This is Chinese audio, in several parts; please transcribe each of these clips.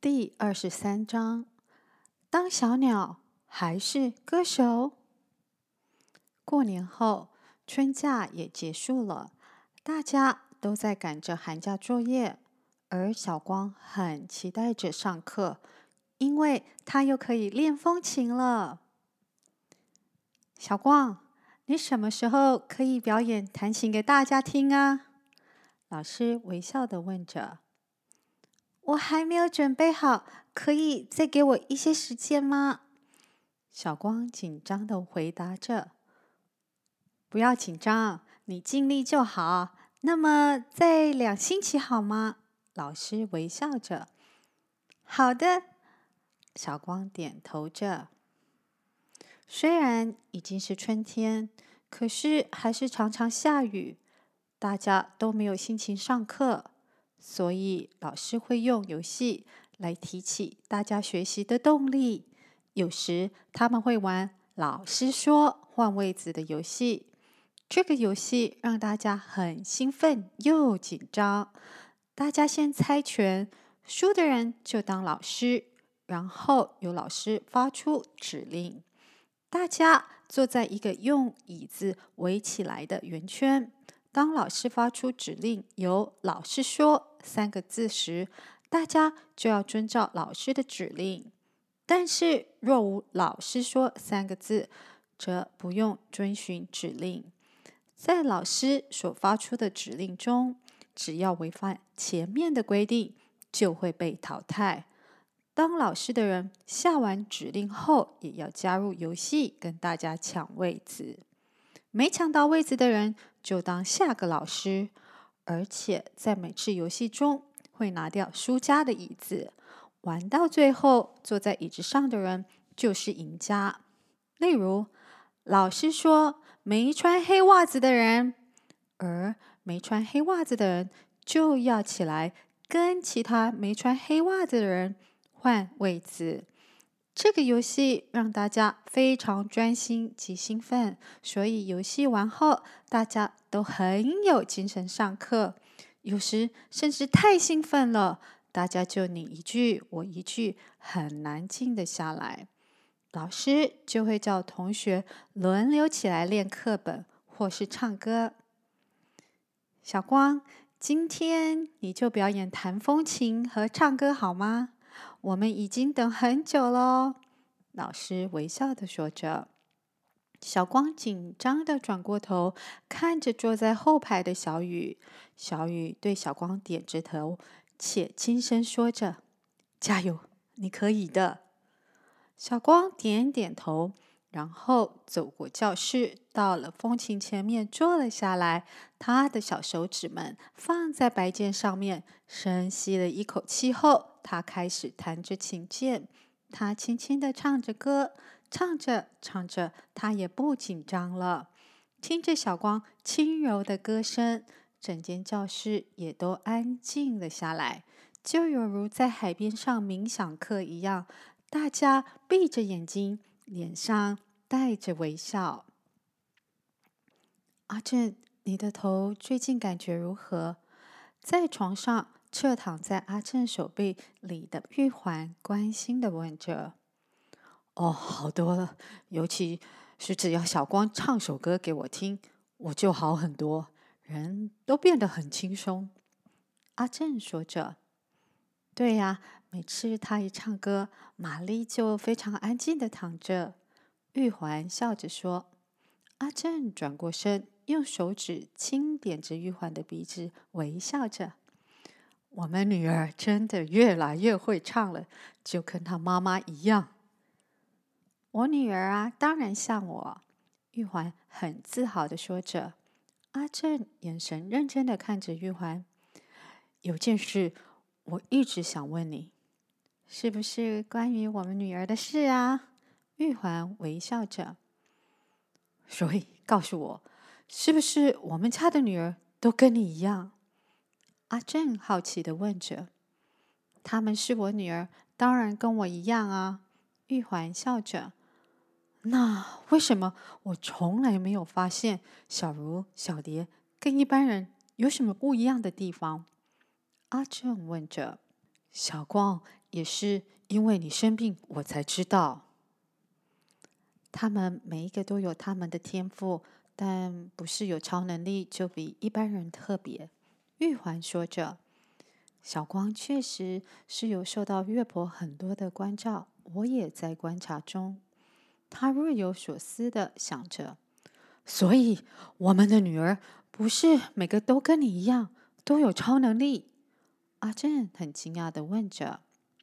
第23章，当小鸟还是歌手。过年后，春假也结束了，大家都在赶着寒假作业，而小光很期待着上课，因为他又可以练风琴了。小光，你什么时候可以表演弹琴给大家听啊？老师微笑地问着。我还没有准备好，可以再给我一些时间吗？小光紧张地回答着。不要紧张，你尽力就好。那么再2星期好吗？老师微笑着。好的，小光点头着。虽然已经是春天，可是还是常常下雨，大家都没有心情上课。所以老师会用游戏来提起大家学习的动力。有时他们会玩老师说换位子的游戏，这个游戏让大家很兴奋又紧张。大家先猜拳，输的人就当老师，然后由老师发出指令。大家坐在一个用椅子围起来的圆圈，当老师发出指令由老师说3个字时，大家就要遵照老师的指令。但是若无老师说3个字，则不用遵循指令。在老师所发出的指令中，只要违反前面的规定，就会被淘汰。当老师的人下完指令后，也要加入游戏跟大家抢位子。没抢到位子的人就当下个老师，而且在每次游戏中会拿掉输家的椅子，玩到最后坐在椅子上的人就是赢家。例如，老师说没穿黑袜子的人，而没穿黑袜子的人就要起来跟其他没穿黑袜子的人换位子。这个游戏让大家非常专心及兴奋，所以游戏完后，大家都很有精神上课。有时甚至太兴奋了，大家就你一句我一句，很难静得下来。老师就会叫同学轮流起来练课本或是唱歌。小光，今天你就表演弹风琴和唱歌好吗？我们已经等很久了。老师微笑地说着。小光紧张地转过头，看着坐在后排的小雨。小雨对小光点着头，且轻声说着：“加油，你可以的。”小光点点头，然后走过教室，到了风琴前面坐了下来。他的小手指们放在白键上面，深吸了一口气后，他开始弹着琴键。他轻轻地唱着歌，唱着唱着，他也不紧张了。听着小光轻柔的歌声，整间教室也都安静了下来，就犹如在海边上冥想课一样。大家闭着眼睛，脸上带着微笑。阿正，你的头最近感觉如何？在床上侧躺在阿正手背里的玉环关心地问着。哦，好多了，尤其是只要小光唱首歌给我听，我就好很多，人都变得很轻松。阿正说着。对呀，每次他一唱歌，玛丽就非常安静地躺着。玉环笑着说。阿正转过身，用手指轻点着玉环的鼻子，微笑着。我们女儿真的越来越会唱了，就跟她妈妈一样。我女儿啊，当然像我。玉环很自豪地说着。阿正眼神认真地看着玉环。有件事我一直想问你，是不是关于我们女儿的事啊？玉环微笑着。所以告诉我，是不是我们家的女儿都跟你一样？阿正好奇地问着。她们是我女儿，当然跟我一样啊。玉环笑着。那为什么我从来没有发现小茹、小蝶跟一般人有什么不一样的地方？阿正问着。小光也是因为你生病，我才知道。他们每一个都有他们的天赋，但不是有超能力就比一般人特别。玉环说着，小光确实是有受到月婆很多的关照，我也在观察中。他若有所思的想着，所以我们的女儿不是每个都跟你一样都有超能力？阿正很惊讶的问着。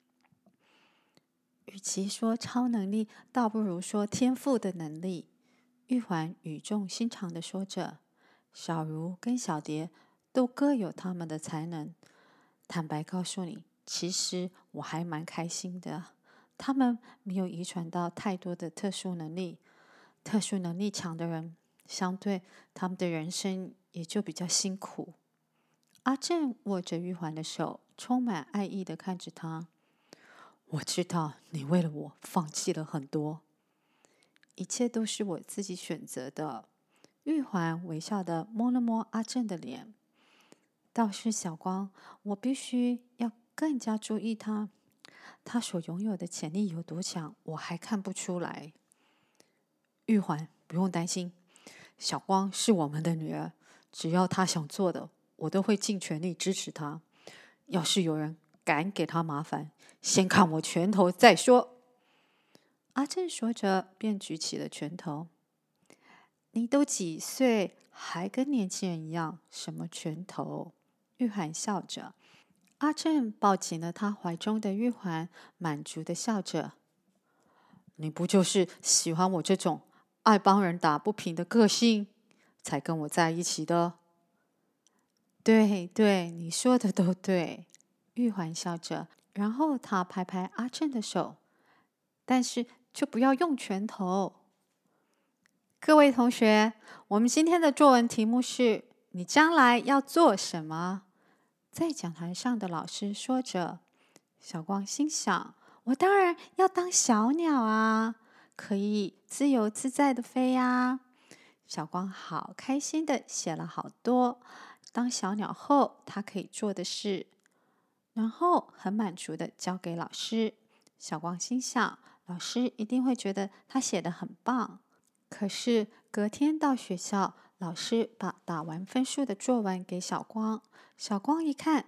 与其说超能力，倒不如说天赋的能力。玉环语重心长的说着，小茹跟小蝶都各有他们的才能。坦白告诉你，其实我还蛮开心的。他们没有遗传到太多的特殊能力，特殊能力强的人，相对他们的人生也就比较辛苦。阿正握着玉环的手，充满爱意的看着她。我知道你为了我放弃了很多，一切都是我自己选择的。玉环微笑的摸了摸阿正的脸。倒是小光，我必须要更加注意他所拥有的潜力有多强，我还看不出来。玉环，不用担心，小光是我们的女儿，只要她想做的，我都会尽全力支持她。要是有人敢给她麻烦，先看我拳头再说。阿正说着，便举起了拳头。你都几岁，还跟年轻人一样？什么拳头？玉环笑着。阿正抱紧了他怀中的玉环，满足的笑着。你不就是喜欢我这种爱帮人打不平的个性，才跟我在一起的？对对，你说的都对。玉环笑着，然后他拍拍阿正的手，但是就不要用拳头。各位同学，我们今天的作文题目是：你将来要做什么？在讲台上的老师说着，小光心想：我当然要当小鸟啊，可以自由自在的飞呀。小光好开心的写了好多当小鸟后他可以做的事，然后很满足的交给老师。小光心想，老师一定会觉得他写得很棒。可是隔天到学校，老师把打完分数的作文给小光。小光一看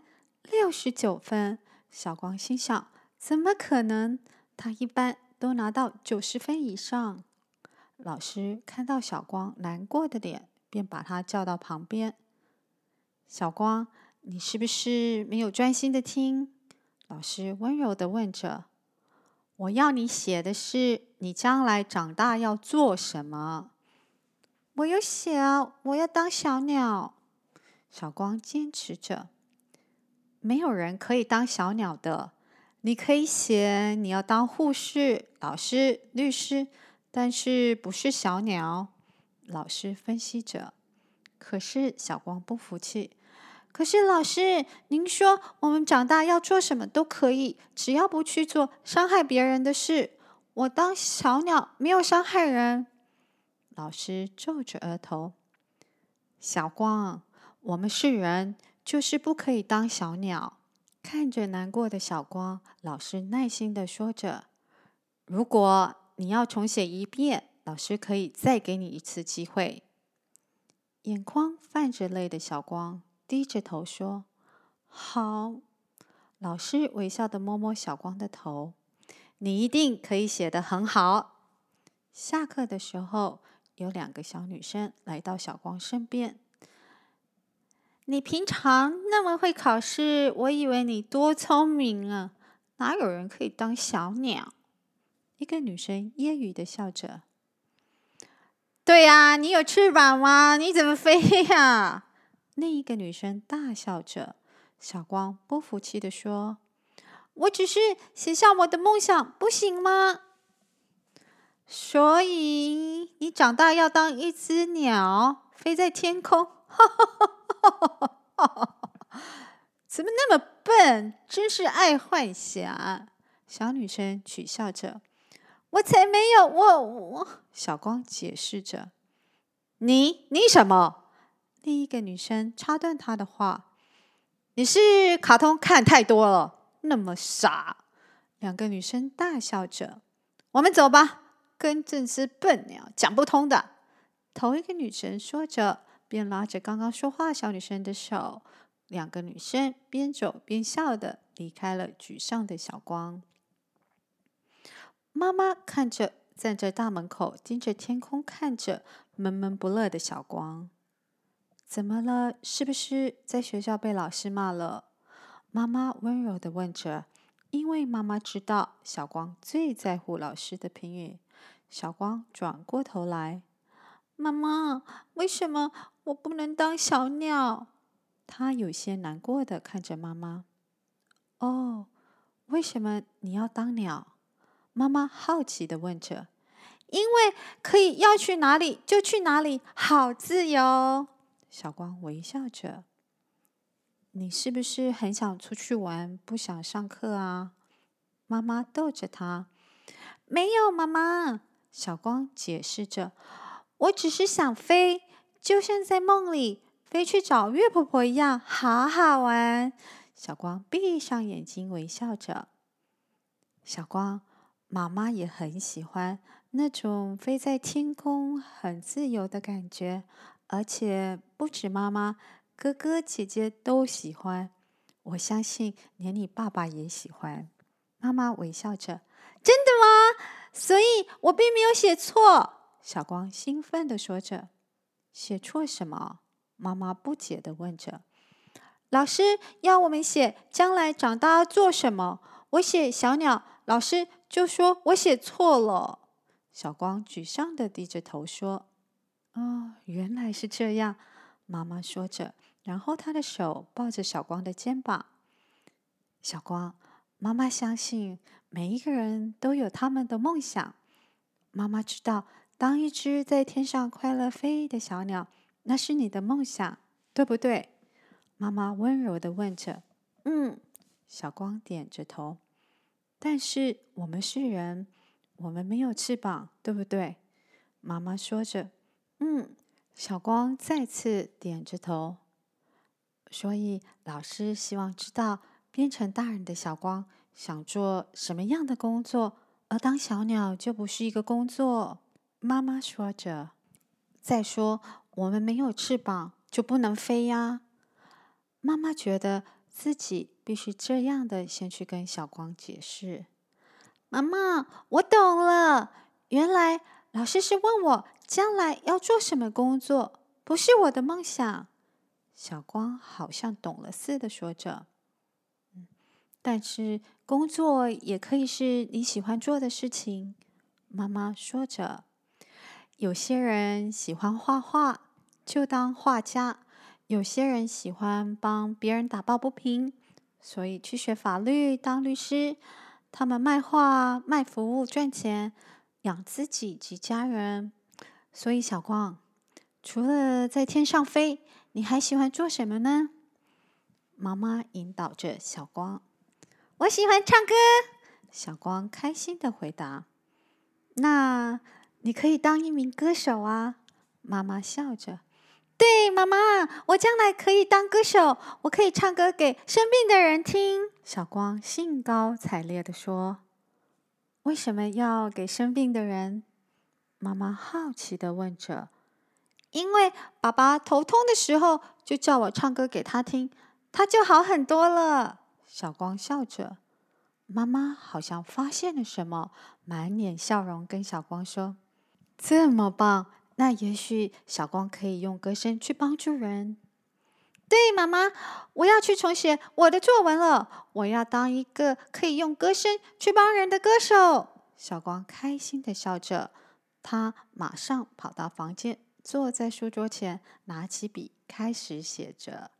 ，69分。小光心想，怎么可能？他一般都拿到90分以上。老师看到小光难过的脸，便把他叫到旁边。小光，你是不是没有专心的听？老师温柔的问着。我要你写的是你将来长大要做什么。我有写啊，我要当小鸟。小光坚持着。没有人可以当小鸟的。你可以写你要当护士、老师、律师，但是不是小鸟。老师分析着。可是小光不服气。可是老师，您说我们长大要做什么都可以，只要不去做伤害别人的事。我当小鸟没有伤害人。老师皱着额头。小光，我们是人，就是不可以当小鸟。看着难过的小光，老师耐心地说着，如果你要重写一遍，老师可以再给你一次机会。眼眶泛着泪的小光低着头说，好。老师微笑地摸摸小光的头，你一定可以写得很好。下课的时候，有2个小女生来到小光身边。你平常那么会考试，我以为你多聪明啊，哪有人可以当小鸟？一个女生揶揄的笑着。对呀，你有翅膀吗？你怎么飞呀？另一个女生大笑着。小光不服气地说，我只是写下我的梦想，不行吗？所以你长大要当一只鸟，飞在天空。怎么那么笨？真是爱幻想。小女生取笑着。我才没有，我。小光解释着。你什么？另一个女生插断她的话。你是卡通看太多了，那么傻。 两个女生大笑着：“我们走吧，跟这只笨鸟讲不通的。”头一个女生说着，便拉着刚刚说话的小女生的手。两个女生边走边笑的离开了沮丧的小光。妈妈看着站在大门口盯着天空看着闷闷不乐的小光。怎么了？是不是在学校被老师骂了？妈妈温柔的问着，因为妈妈知道小光最在乎老师的评语。小光转过头来，妈妈，为什么我不能当小鸟？他有些难过的看着妈妈。哦，为什么你要当鸟？妈妈好奇的问着。因为可以要去哪里就去哪里，好自由。小光微笑着。你是不是很想出去玩，不想上课啊？妈妈逗着他。没有，妈妈。小光解释着，我只是想飞，就像在梦里飞去找月婆婆一样，好好玩。小光闭上眼睛微笑着。小光，妈妈也很喜欢那种飞在天空很自由的感觉，而且不止妈妈，哥哥姐姐都喜欢。我相信连你爸爸也喜欢。妈妈微笑着。真的吗？所以我并没有写错。小光兴奋地说着。写错什么？妈妈不解地问着。老师要我们写将来长大要做什么，我写小鸟，老师就说我写错了。小光沮丧地低着头说：“哦，原来是这样。”妈妈说着，然后她的手抱着小光的肩膀。小光，妈妈相信每一个人都有他们的梦想。妈妈知道，当一只在天上快乐飞的小鸟，那是你的梦想，对不对？妈妈温柔地问着。小光点着头。但是我们是人，我们没有翅膀，对不对？妈妈说着。小光再次点着头。所以老师希望知道，变成大人的小光想做什么样的工作，而当小鸟就不是一个工作。妈妈说着。再说，我们没有翅膀，就不能飞呀。妈妈觉得自己必须这样的先去跟小光解释。妈妈，我懂了，原来老师是问我将来要做什么工作，不是我的梦想。小光好像懂了似的说着。但是工作也可以是你喜欢做的事情。妈妈说着。有些人喜欢画画，就当画家；有些人喜欢帮别人打抱不平，所以去学法律当律师。他们卖画、卖服务赚钱，养自己及家人。所以小光，除了在天上飞，你还喜欢做什么呢？妈妈引导着小光。我喜欢唱歌。小光开心地回答。那你可以当一名歌手啊。妈妈笑着。对，妈妈，我将来可以当歌手，我可以唱歌给生病的人听。小光兴高采烈地说。为什么要给生病的人？妈妈好奇地问着。因为爸爸头痛的时候就叫我唱歌给他听，他就好很多了。小光笑着。妈妈好像发现了什么，满脸笑容跟小光说。这么棒，那也许小光可以用歌声去帮助人。对，妈妈，我要去重写我的作文了，我要当一个可以用歌声去帮人的歌手。小光开心地笑着，他马上跑到房间，坐在书桌前，拿起笔开始写着。